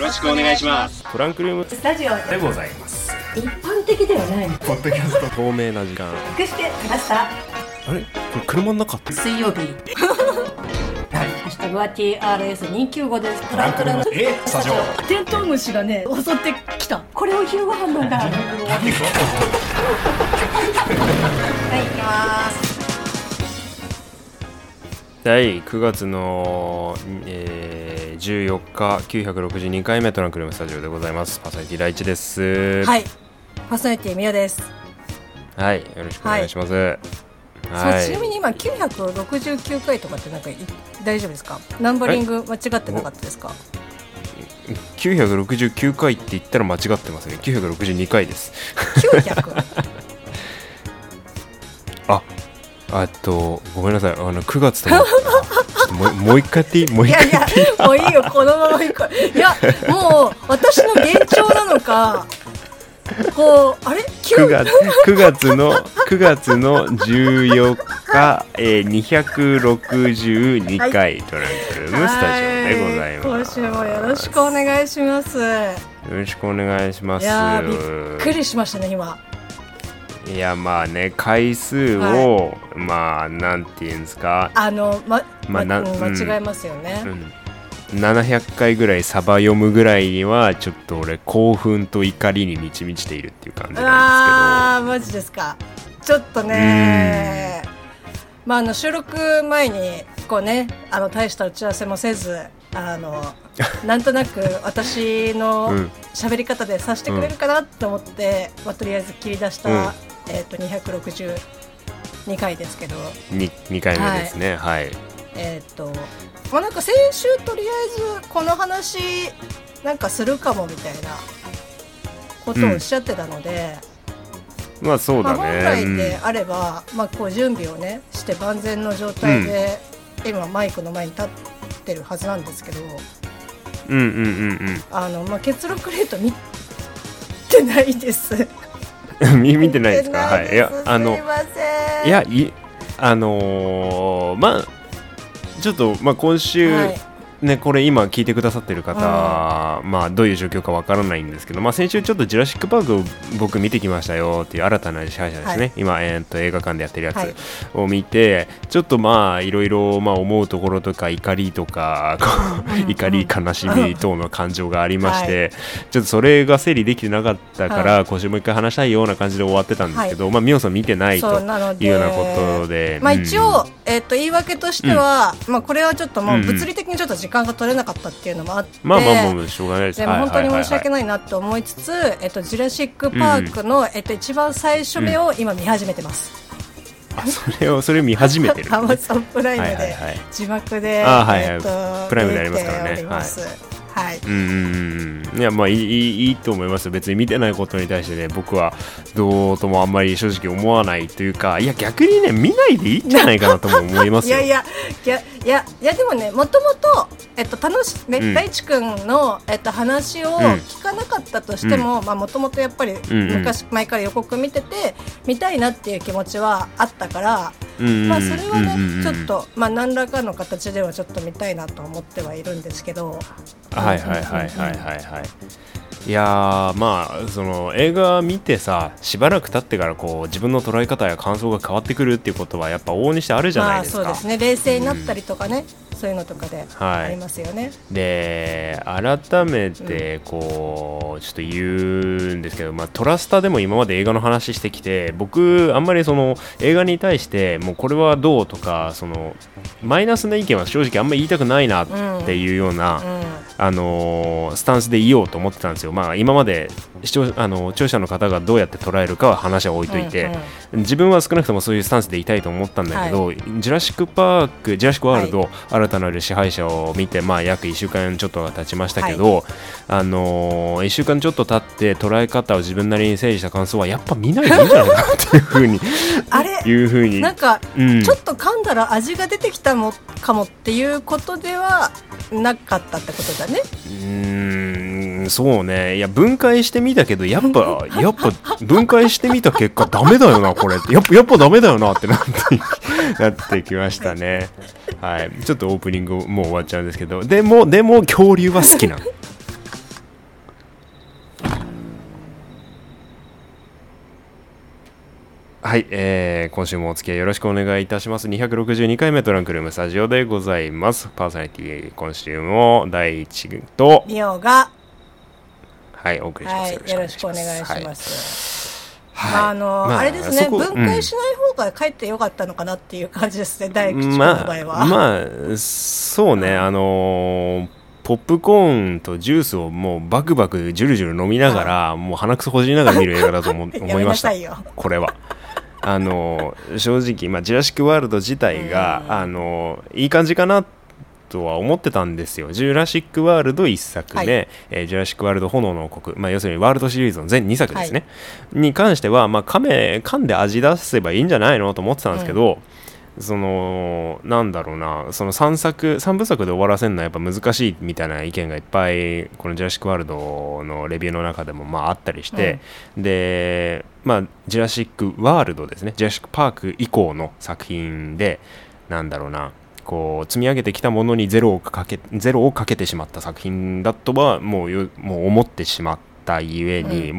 ろしくお願いします。 トランクルームスタジオでございます。 一般的ではないポッドキャスト透明な時間。 隠してきました。 あれこれ車の中って水曜日ハッシュタグは TRS295 です。トランクルームスタジオ。 テントウムシがね襲ってきた。これを昼ご飯なんだ。はい、行きます。 第9月の、14日962回目トランクルームスタジオでございます。パーソナリティ第一です。 はい、パーソナリティみやです。 はい、よろしくお願いします。 はいはい、 そう、ちなみに今969回とかってなんか大丈夫ですか？ナンバリング間違ってなかったですか ？969回って言ったら間違ってますね。962回です。 900 ごめんなさい。9月と思ったらもう一回やっていい？もう一回やっていい？ いやもういいよ、このままいこう。いやもう私の幻聴なのかこうあれ 9月の14日、262回、はい、トランクルームスタジオでございます。 今週もよろしくお願いします。よろしくお願いします。 いやびっくりしましたね今。 いやまあね、回数を、はい、まあなんていうんですか、 間違えますよね、 700回ぐらいサバ読むぐらいにはちょっと俺興奮と怒りに満ち満ちているっていう感じなんですけど。 マジですか。ちょっとね、収録前にこうね大した打ち合わせもせずなんとなく私の喋り方でさせてくれるかなと思って、とりあえず切り出した、262回ですけど 2回目ですね。はい、なんか先週とりあえずこの話なんかするかもみたいなことをおっしゃってたので、 まあそうだね、 本来であれば、こう準備をねして万全の状態で、今マイクの前に立ってるはずなんですけど、結論クレート見てないです見てないですか？はい、いやすいません。 ちょっと今週、ね、これ今聞いてくださってる方、どういう状況かわからないんですけど、先週ちょっとジュラシックパークを僕見てきましたよっていう新たな支配者ですね、今、映画館でやってるやつを見て、ちょっといろいろ思うところとか怒りとか怒り悲しみ等の感情がありまして、ちょっとそれが整理できてなかったから、今週もう一回話したいような感じで終わってたんですけど、ミオさん見てないというようなことで、 一応、言い訳としては、これはちょっともう物理的にちょっと時間が取れなかったっていうのもあって、 もうしょうがないです。 でも本当に申し訳ないなと思いつつ、ジュラシックパークの、一番最初目を今見始めてます。 それを見始めてる、 アマゾンプライムで字幕で、 プライムでありますからね。はい、いやいいと思いますよ。別に見てないことに対してね、僕はどうともあんまり正直思わないというか、いや逆にね見ないでいいんじゃないかなとも思いますよ。 いやでもね、もともと楽しね、大地君の話を聞かなかったとしても、もともとやっぱり前から予告見てて見たいなっていう気持ちはあったから、それはね、ちょっと何らかの形ではちょっと見たいなと思ってはいるんですけど。いやその映画見てさ、しばらく経ってからこう自分の捉え方や感想が変わってくるっていうことはやっぱ往々にしてあるじゃないですか。 そうですね、冷静になったりとかね、そういうのとかでありますよね。 で改めてこうちょっと言うんですけど、トラスタでも今まで映画の話してきて、僕あんまりその映画に対してもうこれはどうとか、そのマイナスな意見は正直あんまり言いたくないなっていうような、スタンスでいようと思ってたんですよ。今まで視聴者の方がどうやって捉えるかは話は置いといて、自分は少なくともそういうスタンスでいたいと思ったんだけど、ジュラシックワールド、新たなる支配者を見て、約1週間ちょっとが経ちましたけど、1週間ちょっと経って捉え方を自分なりに整理した感想はやっぱ見ないでいいんじゃないかなっていうふうになんか、ちょっと噛んだら味が出てきたかもっていうことではなかったってことだね。 そうね。いや分解してみたけどやっぱ分解してみた結果ダメだよなこれってやっぱダメだよなってなってきましたね。はい。ちょっとオープニングもう終わっちゃうんですけど、でも恐竜は好きなの。 はい、今週もお付き合いよろしくお願いいたします。262回目トランクルームスタジオでございます。パーソナリティ今週も第一とリオがはいお送りします。 はい、よろしくお願いします。 はい、 あれですね、分解しない方がかえってよかったのかなっていう感じですね、第一の場合は。 そうね、ポップコーンとジュースをもうバクバクジュルジュル飲みながら、もう鼻くそほじりながら見る映画だと思いました。これは正直、ジュラシックワールド自体が、いい感じかなとは思ってたんですよ。ジュラシックワールド1作目、ジュラシックワールド炎の王国、要するにワールドシリーズの全2作ですね、に関しては、噛んで味出せばいいんじゃないのと思ってたんですけど、なんだろうな、その3部作で終わらせるのはやっぱ難しいみたいな意見がいっぱいこのジュラシックワールドのレビューの中でもあったりして、でジュラシックワールドですね、ジュラシックパーク以降の作品でなんだろうな、こう積み上げてきたものにゼロをかけてしまった作品だとはもう思ってしまったゆえに、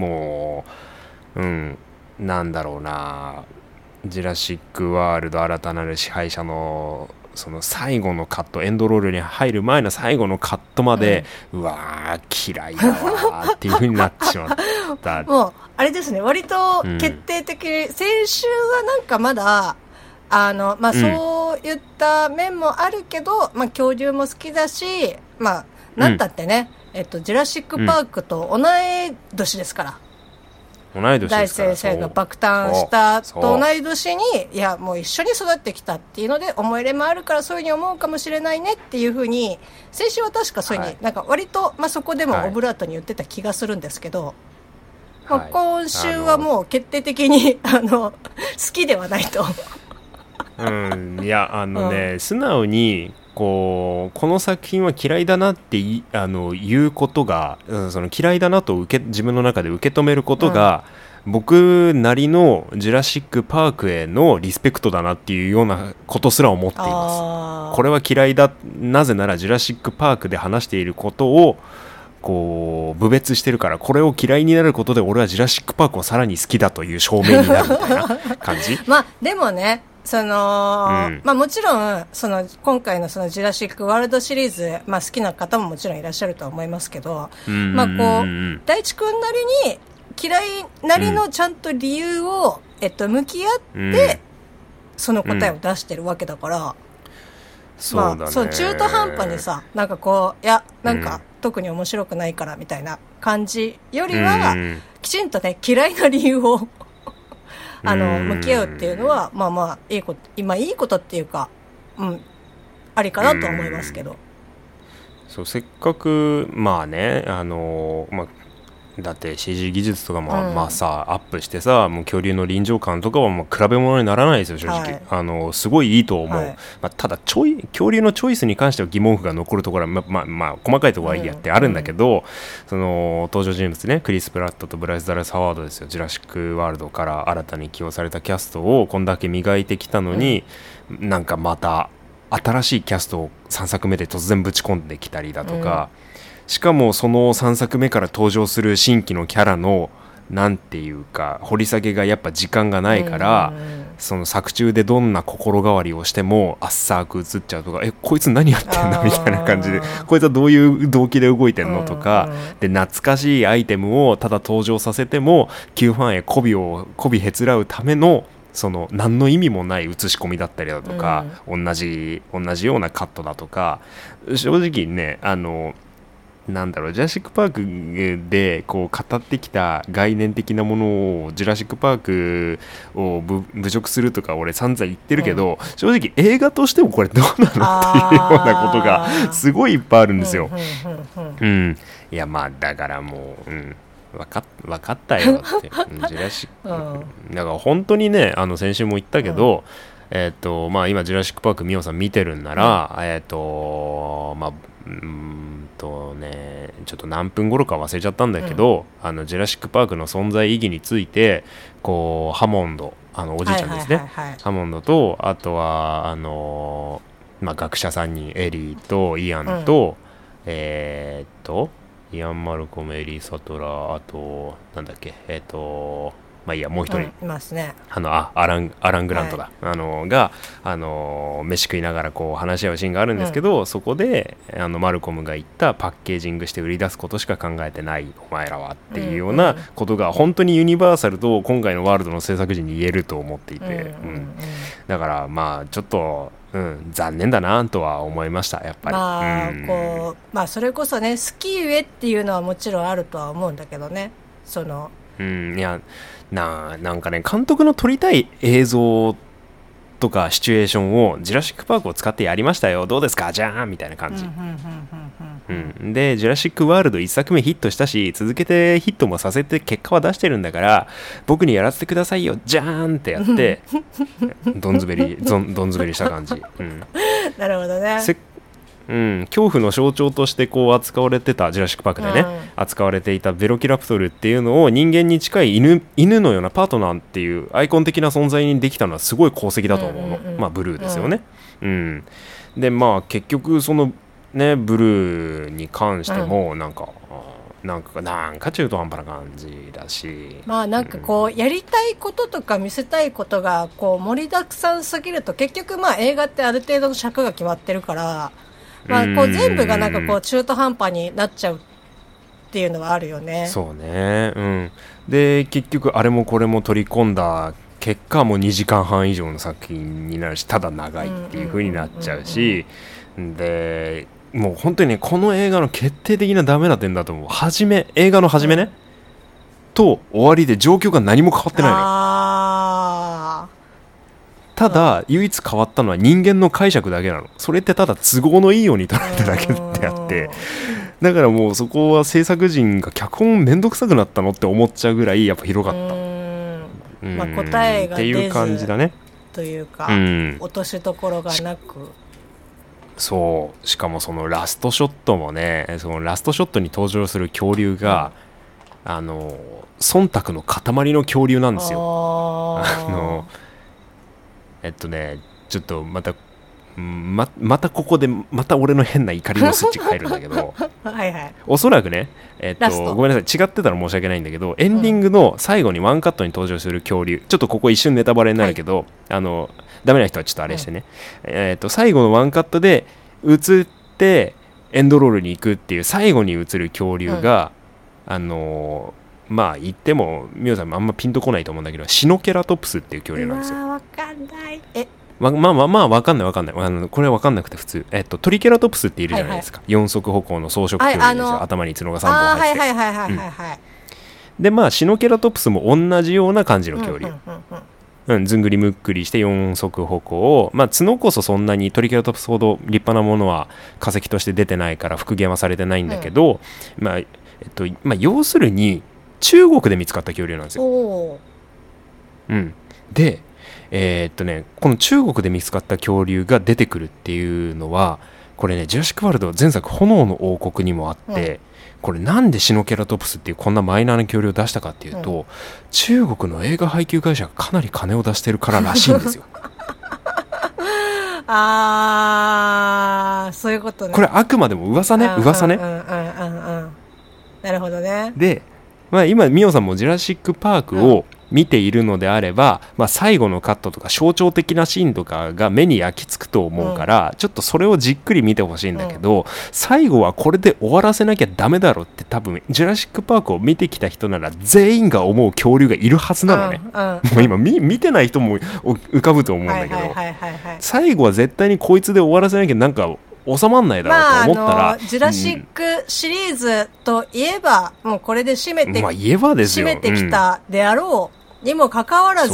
なんだろうな、ジュラシックワールド新たなる支配者のその最後のカット、エンドロールに入る前の最後のカットまで、うわー嫌いだわーっていう風になってしまったもうあれですね、割と決定的に、先週はなんかまだそういった面もあるけど、恐竜も好きだし、なんたってね、ジュラシックパークと同い年ですから、大先生が爆誕したと同い年に、いやもう一緒に育ってきたっていうので思い入れもあるからそういうふうに思うかもしれないねっていうふうに、先週は確かそういうふうに、なんか割と、そこでもオブラートに言ってた気がするんですけど、今週はもう決定的に好きではないといや素直にこの作品は嫌いだなって言うことが、その嫌いだなと自分の中で受け止めることが、僕なりのジュラシックパークへのリスペクトだなっていうようなことすら思っています。これは嫌いだ、なぜならジュラシックパークで話していることをこう侮蔑してるから、これを嫌いになることで俺はジュラシックパークをさらに好きだという証明になるみたいな感じでもね、もちろん今回のジュラシックワールドシリーズ、好きな方ももちろんいらっしゃるとは思いますけど、大地君なりに嫌いなりのちゃんと理由を、向き合ってその答えを出してるわけだから、そう中途半端にさ、なんかいやなんか、特に面白くないからみたいな感じよりは、きちんとね嫌いな理由を向き合うっていうのは、いいことっていうか、ありかなと思いますけど、 そう、せっかくだって CG 技術とかも、アップしてさ、もう恐竜の臨場感とかはもう比べ物にならないですよ正直、すごいいいと思う、ただ恐竜のチョイスに関しては疑問符が残るところは細かいところはいいやってあるんだけど、その登場人物ね、クリス・プラットとブライス・ダラス・ハワードですよ。ジュラシック・ワールドから新たに起用されたキャストをこんだけ磨いてきたのに、なんかまた新しいキャストを3作目で突然ぶち込んできたりだとか、しかもその3作目から登場する新規のキャラのなんていうか掘り下げがやっぱ時間がないから、その作中でどんな心変わりをしてもあっさく映っちゃうとか、こいつ何やってんのみたいな感じで、こいつはどういう動機で動いてんのとかで、懐かしいアイテムをただ登場させても旧ファンへ媚びへつらうためのその何の意味もない映し込みだったりだとか、同じようなカットだとか、正直ねなんだろう、ジュラシックパークでこう語ってきた概念的なものをジュラシックパークを侮辱するとか俺散々言ってるけど、正直映画としてもこれどうなのっていうようなことがすごいいっぱいあるんですよ。いやだからもう、分かったよって、ジュラシック、だから本当にね、先週も言ったけど、今ジュラシックパークミオさん見てるんなら、ちょっと何分頃か忘れちゃったんだけど、ジュラシックパークの存在意義についてこうハモンド、おじいちゃんですね、ハモンドと、あとは学者3人、エリーとイアンと、イアン・マルコム、エリー・サトラー、あとなんだっけ、 まあいいや、もう一人、 いますね。 アラン・グラントだ、が飯食いながらこう話し合うシーンがあるんですけど、そこでマルコムが言ったパッケージングして売り出すことしか考えてないお前らはっていうようなことが本当にユニバーサルと今回のワールドの制作陣に言えると思っていて、だからまあちょっと残念だなとは思いましたやっぱり。 まあそれこそね、好きゆえっていうのはもちろんあるとは思うんだけどね、いやなんかね、監督の撮りたい映像とかシチュエーションをジュラシックパークを使ってやりましたよ、どうですかじゃーんみたいな感じ。でジュラシックワールド1作目ヒットしたし、続けてヒットもさせて結果は出してるんだから、僕にやらせてくださいよじゃーんってやってどんずべりした感じ、 なるほどね。 恐怖の象徴としてこう扱われてたジュラシックパークでね、扱われていたベロキラプトルっていうのを人間に近い犬のようなパートナーっていうアイコン的な存在にできたのはすごい功績だと思うの、まあブルーですよね。でまあ結局そのねブルーに関してもなんか中途半端な感じだし、 まあなんかこうやりたいこととか見せたいことがこう盛りだくさんすぎると、結局まあ映画ってある程度の尺が決まってるから、まあこう全部がなんかこう中途半端になっちゃうっていうのはあるよね。 そうね。で結局あれもこれも取り込んだ結果もう2時間半以上の作品になるし、ただ長いっていう風になっちゃうし、でもう本当にね、この映画の決定的なダメな点だと思う。映画の初めね、と終わりで状況が何も変わってないのよ。ただ唯一変わったのは人間の解釈だけなの。それってただ都合のいいように捉えただけであって、だからもうそこは制作陣が脚本めんどくさくなったのって思っちゃうぐらいやっぱ広かった。 まあ、答えが出ずっていう感じだね。 というか、落としどころがなく、 そうしかもそのラストショットもね、そのラストショットに登場する恐竜が、忖度の塊の恐竜なんですよ。ちょっとまたここでまた俺の変な怒りのスイッチが入るんだけどはい、おそらくね、ごめんなさい違ってたら申し訳ないんだけど、エンディングの最後にワンカットに登場する恐竜、ちょっとここ一瞬ネタバレになるけど、ダメな人はちょっとあれしてね、最後のワンカットで映ってエンドロールに行くっていう最後に映る恐竜が、まあ言ってもミオさんもあんまピンとこないと思うんだけど、シノケラトプスっていう恐竜なんですよ。 わかんない。 まあ分かんないこれ分かんなくて普通、トリケラトプスっているじゃないですか、四足歩行の草食恐竜ですよ。頭に角が3本入ってでまあシノケラトプスも同じような感じの恐竜、ずんぐりむっくりして四足歩行、まあ角こそそんなにトリケラトプスほど立派なものは化石として出てないから復元はされてないんだけど、まあ要するに中国で見つかった恐竜なんですよ。でこの中国で見つかった恐竜が出てくるっていうのは、これねジュラシックワールド前作炎の王国にもあって、これなんでシノケラトプスっていうこんなマイナーな恐竜を出したかっていうと、中国の映画配給会社がかなり金を出してるかららしいんですよ。 そういうことね。 これあくまでも噂ね。 なるほどね。 で、まあ、今ミオさんもジュラシックパークを見ているのであれば、まあ、最後のカットとか象徴的なシーンとかが目に焼き付くと思うから、ちょっとそれをじっくり見てほしいんだけど、最後はこれで終わらせなきゃダメだろって多分ジュラシックパークを見てきた人なら全員が思う恐竜がいるはずなのね。もう今見てない人も浮かぶと思うんだけど、最後は絶対にこいつで終わらせなきゃなんか収まんないだろうと思ったら、 ジュラシックシリーズといえば、もうこれで締めてきたであろうにもかかわらず、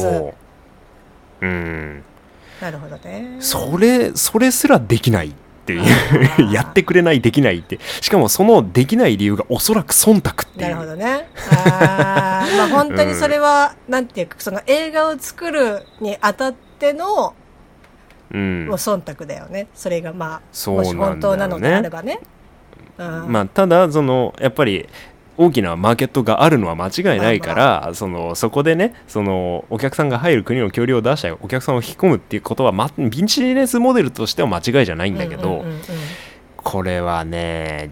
なるほどね。 それすらできないっていうやってくれないできないって、しかもそのできない理由がおそらく忖度っていう。 なるほどね。まあ本当にそれは、なんていうかその映画を作るにあたってのもう忖度だよね。それがまあもし本当なのであればね。 まあただそのやっぱり大きなマーケットがあるのは間違いないから、そこでね、お客さんが入る国の恐竜を出したお客さんを引き込むっていうことは、ビジネスモデルとしては間違いじゃないんだけど、これはねちょっ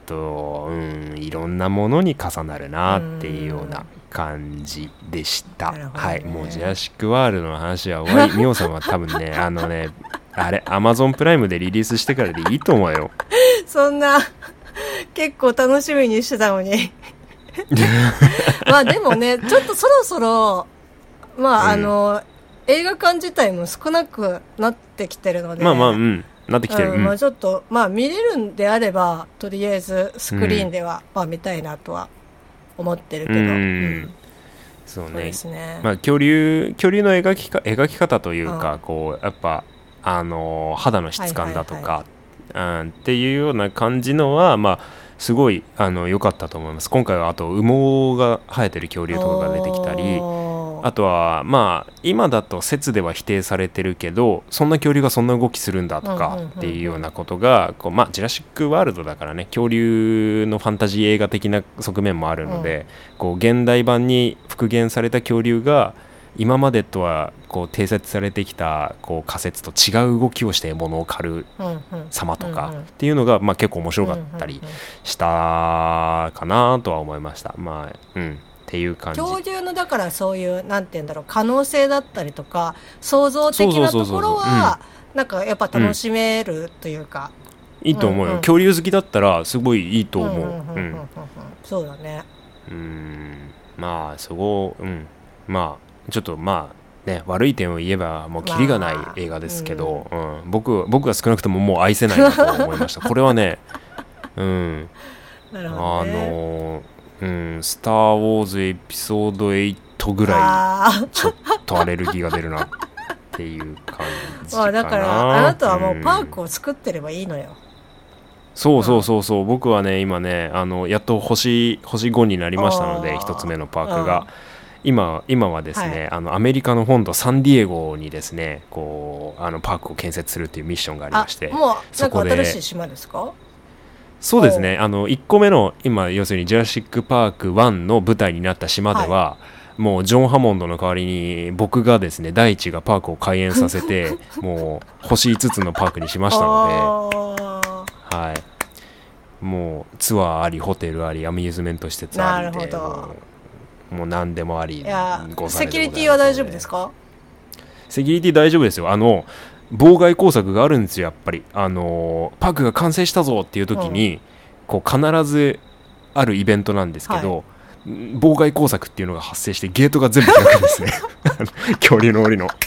いろんなものに重なるなっていうような感じでした。はい、もうジュラシックワールドの話は終わり。みおさんは多分ねあれアマゾンプライムでリリースしてからでいいと思うよ。 そんな結構楽しみにしてたのにまあでもね、ちょっとそろそろまあ映画館自体も少なくなってきてるので、 まあまあなってきてる、 まあちょっとまあ見れるんであればとりあえずスクリーンではまあ見たいなとは思ってるけど、 そうね。 そうですね。 まあ恐竜の描き方というか、こうやっぱ肌の質感だとか、っていうような感じのはまあすごい良かったと思います。今回はあと羽毛が生えてる恐竜とかが出てきたり、あとはまあ今だと説では否定されてるけど、そんな恐竜がそんな動きするんだとかっていうようなことがこう、まあジュラシックワールドだからね、恐竜のファンタジー映画的な側面もあるので、こう現代版に復元された恐竜が今までとはこう定説されてきたこう仮説と違う動きをして物を狩る様とかっていうのがまあ結構面白かったりしたかなとは思いました。まあっていう感じ。 恐竜のだからそういうなんて言うんだろう、可能性だったりとか創造的なところはなんかやっぱ楽しめるというか、 いいと思うよ、恐竜好きだったらすごいいいと思う。 そうだね。 まあまあちょっとまあね、悪い点を言えばもうキリがない映画ですけど、僕は少なくとももう愛せないなと思いましたこれはね。 なるほどね。 スター・ウォーズエピソード8ぐらいちょっとアレルギーが出るなっていう感じかな。 だからあなたはもうパークを作ってればいいのよ。 そう僕はね今ねやっと星5になりましたので、1つ目のパークが今はですね、アメリカの本土サンディエゴにですねこうパークを建設するっていうミッションがありまして、 もうなんか新しい島ですか？ そうですね、1個目の今要するにジュラシックパーク1の舞台になった島では、もうジョン・ハモンドの代わりに僕がですね大地がパークを開園させてもう星5つのパークにしましたのでもうツアーありホテルありアミューズメント施設ありでもう何でもあり。 セキュリティは大丈夫ですか？ セキュリティ大丈夫ですよ。妨害工作があるんですよやっぱり。パークが完成したぞっていう時に、こう必ずあるイベントなんですけど、妨害工作っていうのが発生してゲートが全部開くんですね恐竜の檻のど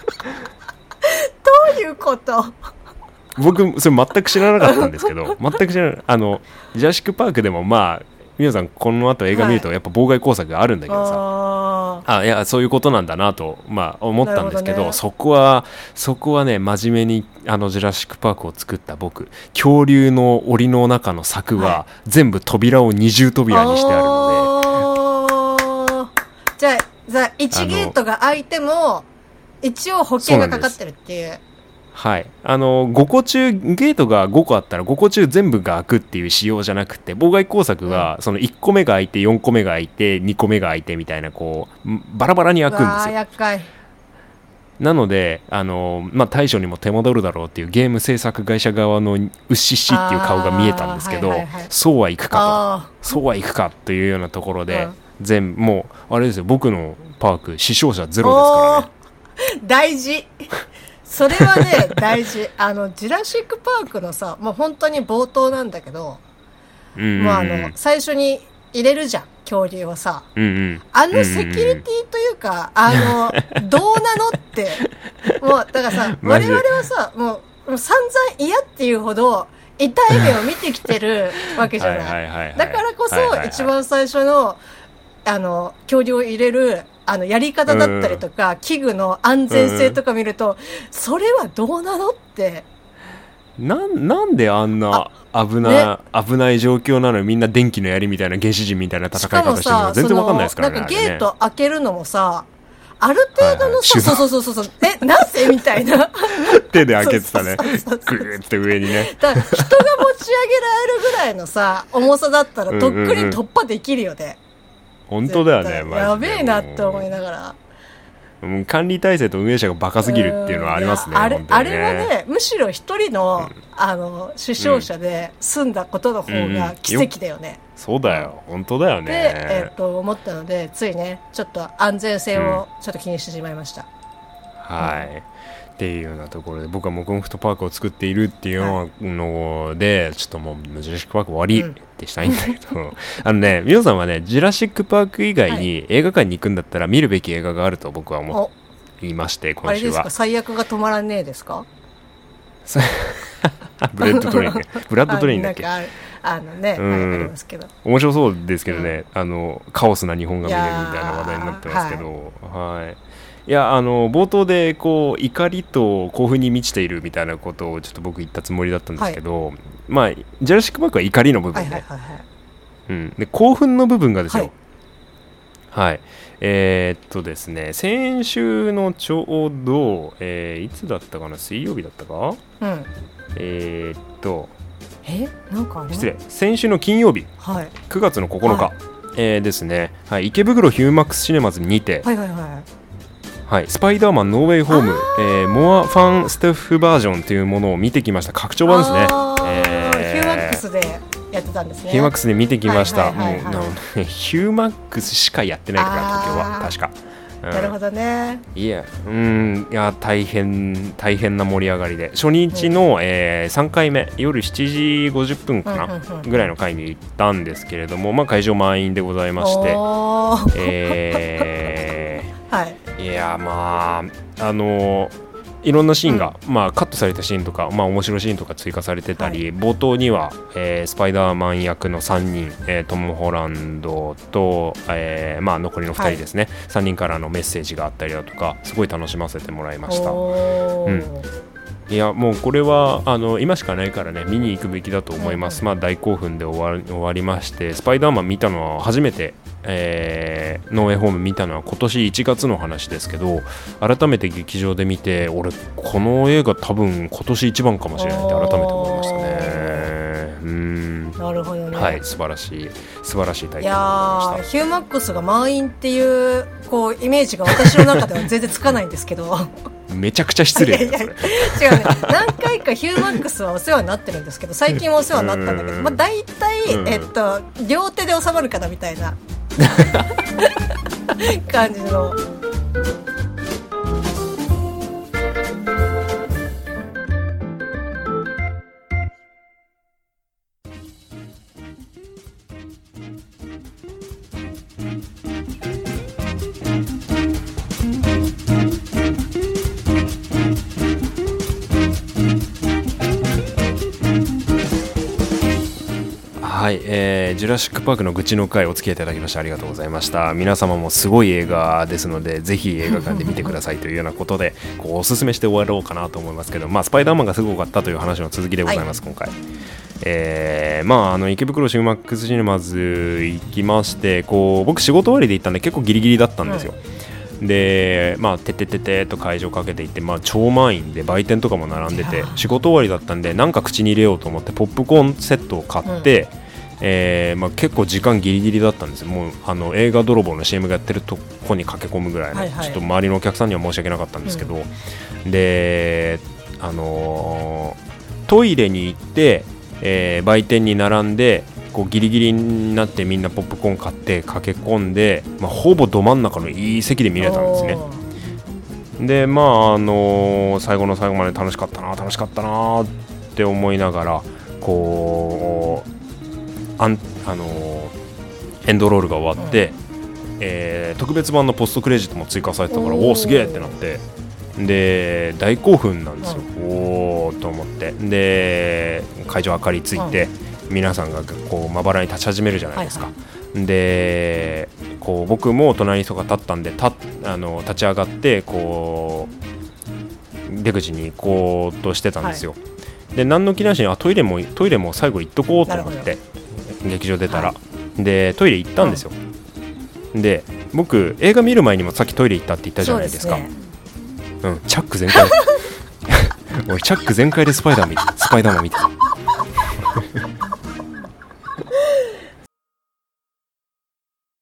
ういうこと？ 僕それ全く知らなかったんですけど全く知らない。ジュラシックパークでもまあ皆さんこの後映画見るとやっぱ妨害工作があるんだけどさ、いやそういうことなんだなとまあ思ったんですけど、そこはね真面目にジュラシックパークを作った僕、恐竜の檻の中の柵は全部扉を二重扉にしてあるので、 じゃあ1ゲートが開いても一応保険がかかってるっていう。 5個中ゲートが5個あったら5個中全部が開くっていう仕様じゃなくて、妨害工作がその1個目が開いて4個目が開いて2個目が開いてみたいなこうバラバラに開くんですよ。 厄介。 なのでまあ対処にも手間取るだろうっていうゲーム制作会社側のうっしっしっていう顔が見えたんですけど、そうはいくかというようなところで、もうあれですよ、僕のパーク死傷者ゼロですからね。 大事それはね大事。ジュラシックパークのさ、もう本当に冒頭なんだけど、もう最初に入れるじゃん恐竜をさ、セキュリティというかどうなのってもうだからさ我々はさもう散々嫌っていうほど痛い目を見てきてるわけじゃない。だからこそ一番最初の恐竜を入れるやり方だったりとか、器具の安全性とか見ると、それはどうなのって。 なんであんな危ない状況なのにみんな電気の槍みたいな原始人みたいな戦い方してるの全然わかんないですからね。 なんかゲート開けるのもさ、ある程度のさ、そうなぜみたいな手で開けてたね、グーって上にね。 だから人が持ち上げられるぐらいのさ重さだったらとっくに突破できるよね。 本当だよね、 やべえなって思いながら。 管理体制と運営者がバカすぎるっていうのはありますね。 あれ本当にね、 はね、むしろ一人の、死傷者で済んだことの方が奇跡だよね。 そうだよ、本当だよね。 で、思ったので、ついね、ちょっと安全性をちょっと気にしてしまいました。 はい。っていうようなところで、僕はモコンフットパークを作っているっていうので、ちょっともうジュラシックパーク終わりってしたいんだけど、皆さんはね、ジュラシックパーク以外に映画館に行くんだったら見るべき映画があると僕は思いまして、今週は。あれですか、 最悪が止まらねえですか？ ブラッドトレインね。ブラッドトレインだっけ？ ありますけど。 面白そうですけどね、カオスな日本が見れるみたいな話題になってますけど、はい。いや、冒頭でこう怒りと興奮に満ちているみたいなことをちょっと僕言ったつもりだったんですけど、まあジュラシックパークは怒りの部分で、で興奮の部分がですよ、はいですね、先週のちょうど、いつだったかな、水曜日だったか、 なんかあれ失礼、先週の金曜日、9月の9日、ですね、池袋ヒューマックスシネマズにて、スパイダーマンノーウェイホーム、モアファンスタッフバージョンというものを見てきました。拡張版ですね。 ヒューマックスでやってたんですね。 ヒューマックスで見てきました。ヒューマックスしかやってないから東京は確か。 なるほどね。 いや大変な盛り上がりで、初日の、3回目夜7時50分かな、ぐらいの回に行ったんですけれども、会場満員でございまして、いやいろんなシーンが、カットされたシーンとか、面白いシーンとか追加されてたり、冒頭には、スパイダーマン役の3人、トム・ホランドと、残りの2人ですね、3人からのメッセージがあったりだとか、すごい楽しませてもらいました。いやもうこれは今しかないからね、見に行くべきだと思います。大興奮で終わりまして、スパイダーマン見たのは初めて、ノーウェイホーム見たのは今年1月の話ですけど、改めて劇場で見て、俺この映画多分今年一番かもしれないって改めて思いましたね。 なるほどね。 はい、素晴らしい体験になりました。 いやヒューマックスが満員っていうイメージが私の中では全然つかないんですけどめちゃくちゃ失礼だよそれ。 違うね、何回かヒューマックスはお世話になってるんですけど、最近もお世話になったんだけど、大体、両手で収まるかなみたいな感じの。 はい、ジュラシックパークの愚痴の回お付き合いいただきましてありがとうございました。皆様もすごい映画ですので、ぜひ映画館で見てくださいというようなことでおすすめして終わろうかなと思いますけど、スパイダーマンがすごかったという話の続きでございます、今回。池袋シューマックスシネマズ行きまして、僕仕事終わりで行ったんで結構ギリギリだったんですよ。でてと会場かけていって、超満員で売店とかも並んでて、仕事終わりだったんでなんか口に入れようと思ってポップコーンセットを買って、結構時間ギリギリだったんですよ。もう映画泥棒の CM がやってるとこに駆け込むぐらいの、ちょっと周りのお客さんには申し訳なかったんですけど、でトイレに行って、売店に並んでギリギリになってみんなポップコーン買って駆け込んで、ほぼど真ん中のいい席で見れたんですね。で最後の最後まで楽しかったなって思いながらエンドロールが終わって、特別版のポストクレジットも追加されてたから、おーすげーってなって、で大興奮なんですよ。おーと思って、で会場明かりついて、皆さんがまばらに立ち始めるじゃないですか。で僕も隣に人が立ったんで立ち上がって出口に行こうとしてたんですよ。で何の気なしにトイレも最後行っとこうと思って劇場出たら、でトイレ行ったんですよ。で僕映画見る前にもさっきトイレ行ったって言ったじゃないですか。チャック全開俺チャック全開でスパイダーマン見てた